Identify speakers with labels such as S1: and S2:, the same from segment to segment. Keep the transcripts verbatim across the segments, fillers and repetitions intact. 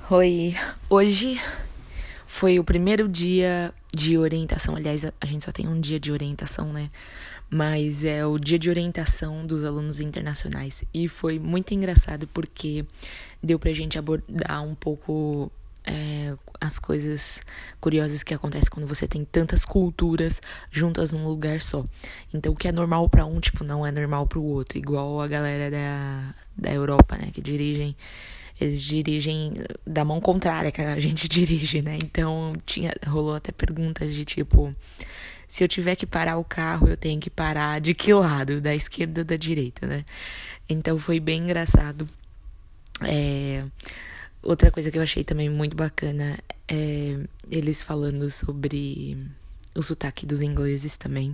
S1: Oi, hoje foi o primeiro dia de orientação. Aliás, a gente só tem um dia de orientação, né? Mas é o dia de orientação dos alunos internacionais. E foi muito engraçado porque deu pra gente abordar um pouco é, as coisas curiosas que acontecem quando você tem tantas culturas juntas num lugar só. Então, o que é normal pra um, tipo, não é normal pro outro. Igual a galera da, da Europa, né? Que dirigem... Eles dirigem da mão contrária que a gente dirige, né? Então, tinha, rolou até perguntas de tipo... Se eu tiver que parar o carro, eu tenho que parar de que lado? Da esquerda ou da direita, né? Então, foi bem engraçado. É... Outra coisa que eu achei também muito bacana é eles falando sobre o sotaque dos ingleses também.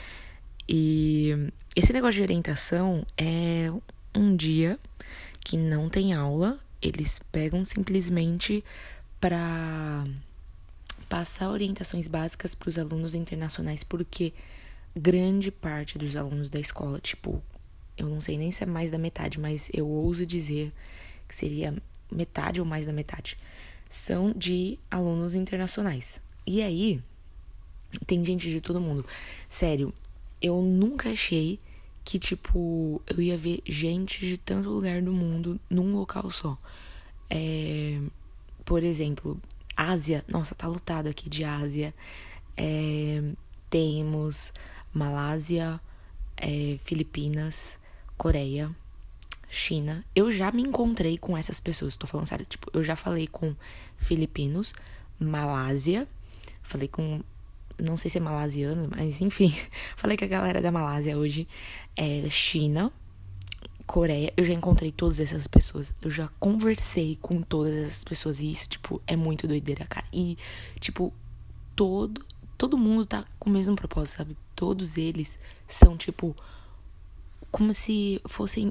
S1: E esse negócio de orientação é um dia que não tem aula. Eles pegam simplesmente para passar orientações básicas para os alunos internacionais, porque grande parte dos alunos da escola, tipo, eu não sei nem se é mais da metade, mas eu ouso dizer que seria metade ou mais da metade, são de alunos internacionais. E aí, tem gente de todo mundo. Sério, eu nunca achei que, tipo, eu ia ver gente de tanto lugar do mundo num local só. É, por exemplo, Ásia. Nossa, tá lotado aqui de Ásia. É, temos Malásia, é, Filipinas, Coreia, China. Eu já me encontrei com essas pessoas, tô falando sério. Tipo, eu já falei com filipinos, Malásia, falei com... Não sei se é malasiano, mas enfim. Falei com a galera da Malásia hoje. É, China, Coreia. Eu já encontrei todas essas pessoas. Eu já conversei com todas essas pessoas. E isso, tipo, é muito doideira, cara. E, tipo, todo, todo mundo tá com o mesmo propósito, sabe? Todos eles são, tipo, como se fossem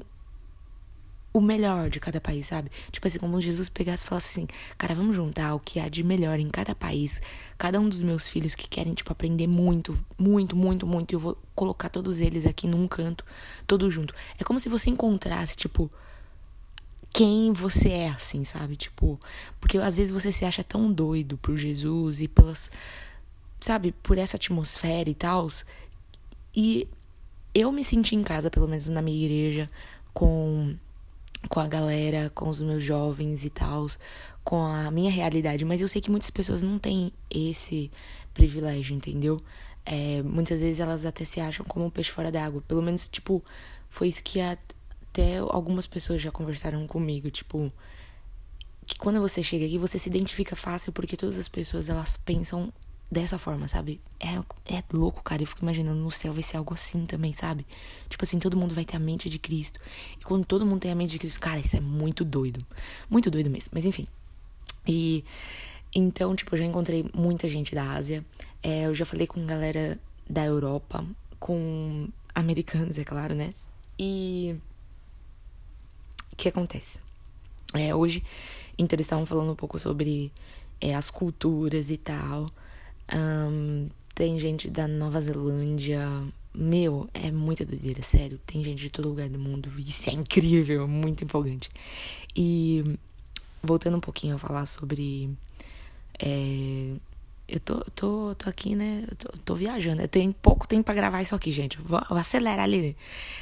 S1: o melhor de cada país, sabe? Tipo assim, como Jesus pegasse e falasse assim, cara, vamos juntar o que há de melhor em cada país. Cada um dos meus filhos que querem, tipo, aprender muito, muito, muito, muito. E eu vou colocar todos eles aqui num canto, todos junto. É como se você encontrasse, tipo, quem você é, assim, sabe? Tipo, porque às vezes você se acha tão doido por Jesus e pelas, sabe, por essa atmosfera e tal. E eu me senti em casa, pelo menos na minha igreja, com... com a galera, com os meus jovens e tal, com a minha realidade. Mas eu sei que muitas pessoas não têm esse privilégio, entendeu? É, muitas vezes elas até se acham como um peixe fora d'água. Pelo menos, tipo, foi isso que até algumas pessoas já conversaram comigo. Tipo, que quando você chega aqui, você se identifica fácil porque todas as pessoas, elas pensam dessa forma, sabe? É, é louco, cara. Eu fico imaginando no céu vai ser algo assim também, sabe? Tipo assim, todo mundo vai ter a mente de Cristo. E quando todo mundo tem a mente de Cristo, cara, isso é muito doido. Muito doido mesmo. Mas enfim. E então, tipo, eu já encontrei muita gente da Ásia. É, eu já falei com galera da Europa, com americanos, é claro, né? E o que acontece? É, hoje, então, eles estavam falando um pouco sobre é, as culturas e tal. Um, tem gente da Nova Zelândia. Meu, é muita doideira, sério. Tem gente de todo lugar do mundo. Isso é incrível, muito empolgante. E voltando um pouquinho a falar sobre é, eu tô, tô, tô aqui, né? Eu tô, tô viajando. Eu tenho pouco tempo pra gravar isso aqui, gente. Vou, vou acelerar ali.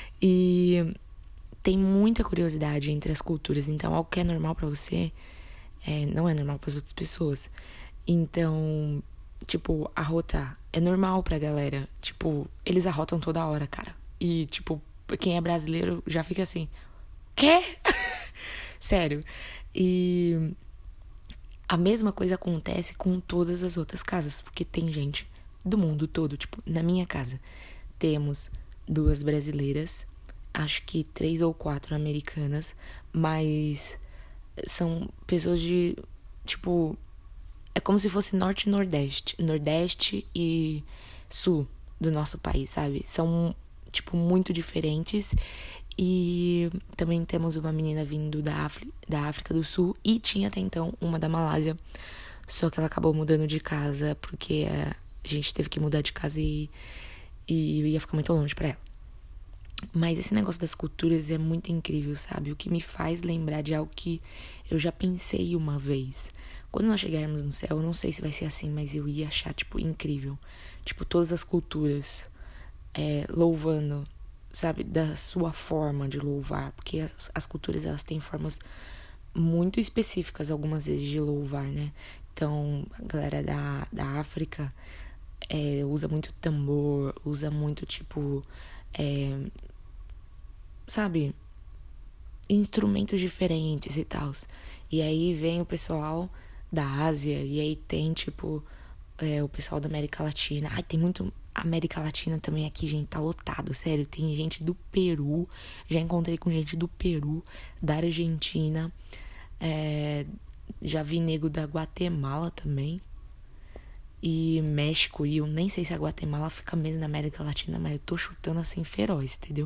S1: E tem muita curiosidade entre as culturas. Então, algo que é normal pra você é, não é normal pras outras pessoas. Então, tipo, arrotar é normal pra galera. Tipo, eles arrotam toda hora, cara. E, tipo, quem é brasileiro já fica assim, quê? Sério. E a mesma coisa acontece com todas as outras casas. Porque tem gente do mundo todo. Tipo, na minha casa temos duas brasileiras, acho que três ou quatro americanas, mas são pessoas de, tipo... É como se fosse norte e nordeste. Nordeste e sul do nosso país, sabe? São, tipo, muito diferentes. E também temos uma menina vindo da, Afri- da África do Sul. E tinha até então uma da Malásia. Só que ela acabou mudando de casa porque a gente teve que mudar de casa e, e ia ficar muito longe pra ela. Mas esse negócio das culturas é muito incrível, sabe? O que me faz lembrar de algo que eu já pensei uma vez. Quando nós chegarmos no céu, eu não sei se vai ser assim, mas eu ia achar, tipo, incrível. Tipo, todas as culturas é, louvando, sabe? Da sua forma de louvar. Porque as, as culturas, elas têm formas muito específicas, algumas vezes, de louvar, né? Então, a galera da, da África é, usa muito tambor, usa muito, tipo... É, sabe, instrumentos diferentes e tal. E aí vem o pessoal da Ásia, e aí tem, tipo, é, o pessoal da América Latina. Ai, tem muito América Latina também aqui, gente, tá lotado, sério. Tem gente do Peru, já encontrei com gente do Peru, da Argentina, é, já vi nego da Guatemala também. E México, e eu nem sei se a Guatemala fica mesmo na América Latina, mas eu tô chutando assim feroz, entendeu?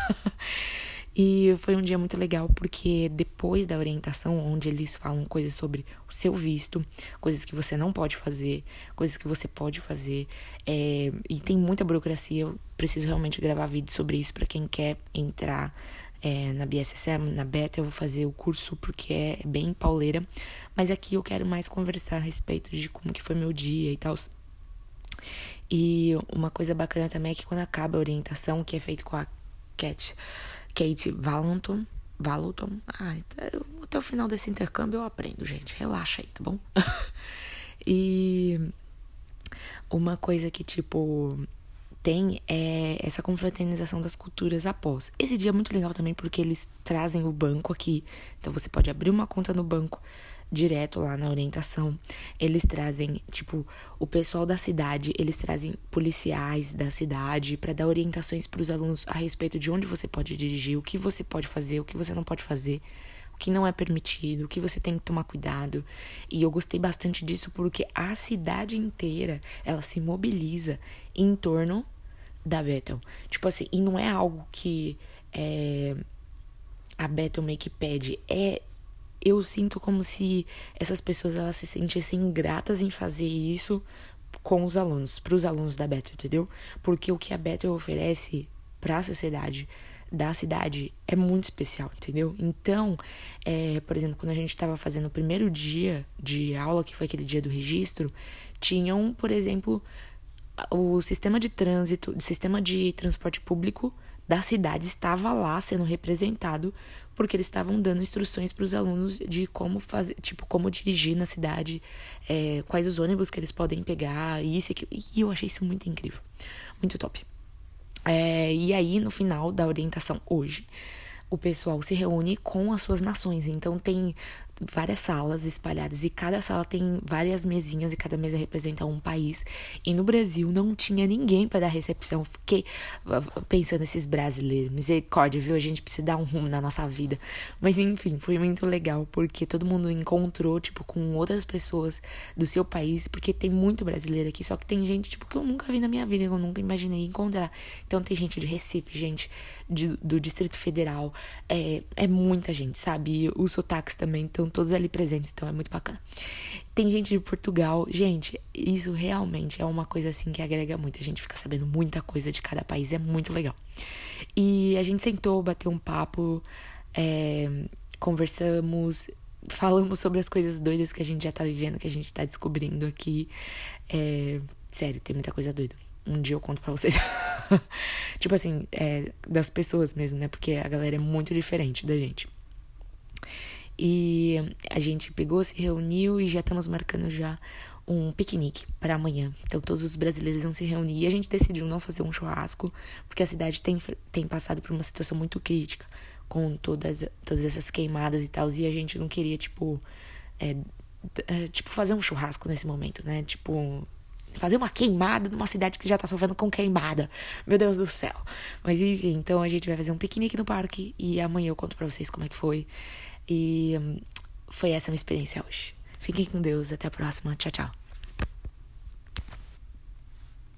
S1: E foi um dia muito legal porque depois da orientação, onde eles falam coisas sobre o seu visto, coisas que você não pode fazer, coisas que você pode fazer, é, e tem muita burocracia, eu preciso realmente gravar vídeo sobre isso pra quem quer entrar é, na B S S M, na Beta. Eu vou fazer o curso porque é bem pauleira, mas aqui eu quero mais conversar a respeito de como que foi meu dia e tal. E uma coisa bacana também é que quando acaba a orientação, que é feito com a Cat, Kate Valenton, Valenton, ah, até o final desse intercâmbio eu aprendo, gente, relaxa aí, tá bom? E uma coisa que, tipo, tem é essa confraternização das culturas após. Esse dia é muito legal também porque eles trazem o banco aqui. Então você pode abrir uma conta no banco direto lá na orientação. Eles trazem, tipo, o pessoal da cidade, eles trazem policiais da cidade para dar orientações para os alunos a respeito de onde você pode dirigir, o que você pode fazer, o que você não pode fazer, o que não é permitido, o que você tem que tomar cuidado. E eu gostei bastante disso porque a cidade inteira, ela se mobiliza em torno da Bethel. Tipo assim, e não é algo que é, a Bethel meio que pede, é... Eu sinto como se essas pessoas elas se sentissem gratas em fazer isso com os alunos, para os alunos da Bethel, entendeu? Porque o que a Bethel oferece para a sociedade da cidade é muito especial, entendeu? Então, é, por exemplo, quando a gente estava fazendo o primeiro dia de aula, que foi aquele dia do registro, tinham, por exemplo, o sistema de trânsito, o sistema de transporte público da cidade estava lá sendo representado, porque eles estavam dando instruções para os alunos de como fazer, tipo, como dirigir na cidade, é, quais os ônibus que eles podem pegar, isso e aquilo. E eu achei isso muito incrível, muito top. É, e aí, no final da orientação hoje, o pessoal se reúne com as suas nações. Então tem várias salas espalhadas e cada sala tem várias mesinhas e cada mesa representa um país. E no Brasil não tinha ninguém para dar recepção. Fiquei pensando nesses brasileiros, misericórdia, viu? A gente precisa dar um rumo na nossa vida. Mas enfim, foi muito legal porque todo mundo encontrou, tipo, com outras pessoas do seu país, porque tem muito brasileiro aqui, só que tem gente, tipo, que eu nunca vi na minha vida, que eu nunca imaginei encontrar. Então tem gente de Recife, gente de, do Distrito Federal, é, é muita gente, sabe? E os sotaques também estão todos ali presentes, então é muito bacana. Tem gente de Portugal, gente, isso realmente é uma coisa assim que agrega muito, a gente fica sabendo muita coisa de cada país, é muito legal. E a gente sentou, bateu um papo, é, conversamos, falamos sobre as coisas doidas que a gente já tá vivendo, que a gente tá descobrindo aqui. É, sério, tem muita coisa doida. Um dia eu conto pra vocês. Tipo assim, é, das pessoas mesmo, né? Porque a galera é muito diferente da gente. E a gente pegou, se reuniu e já estamos marcando já um piquenique para amanhã. Então todos os brasileiros vão se reunir. E a gente decidiu não fazer um churrasco, porque a cidade tem, tem passado por uma situação muito crítica com todas, todas essas queimadas e tal. E a gente não queria, tipo, é, é, tipo, fazer um churrasco nesse momento, né? Tipo, fazer uma queimada numa cidade que já tá sofrendo com queimada. Meu Deus do céu. Mas enfim, então a gente vai fazer um piquenique no parque e amanhã eu conto pra vocês como é que foi. E foi essa a minha experiência hoje. Fiquem com Deus, até a próxima. Tchau, tchau.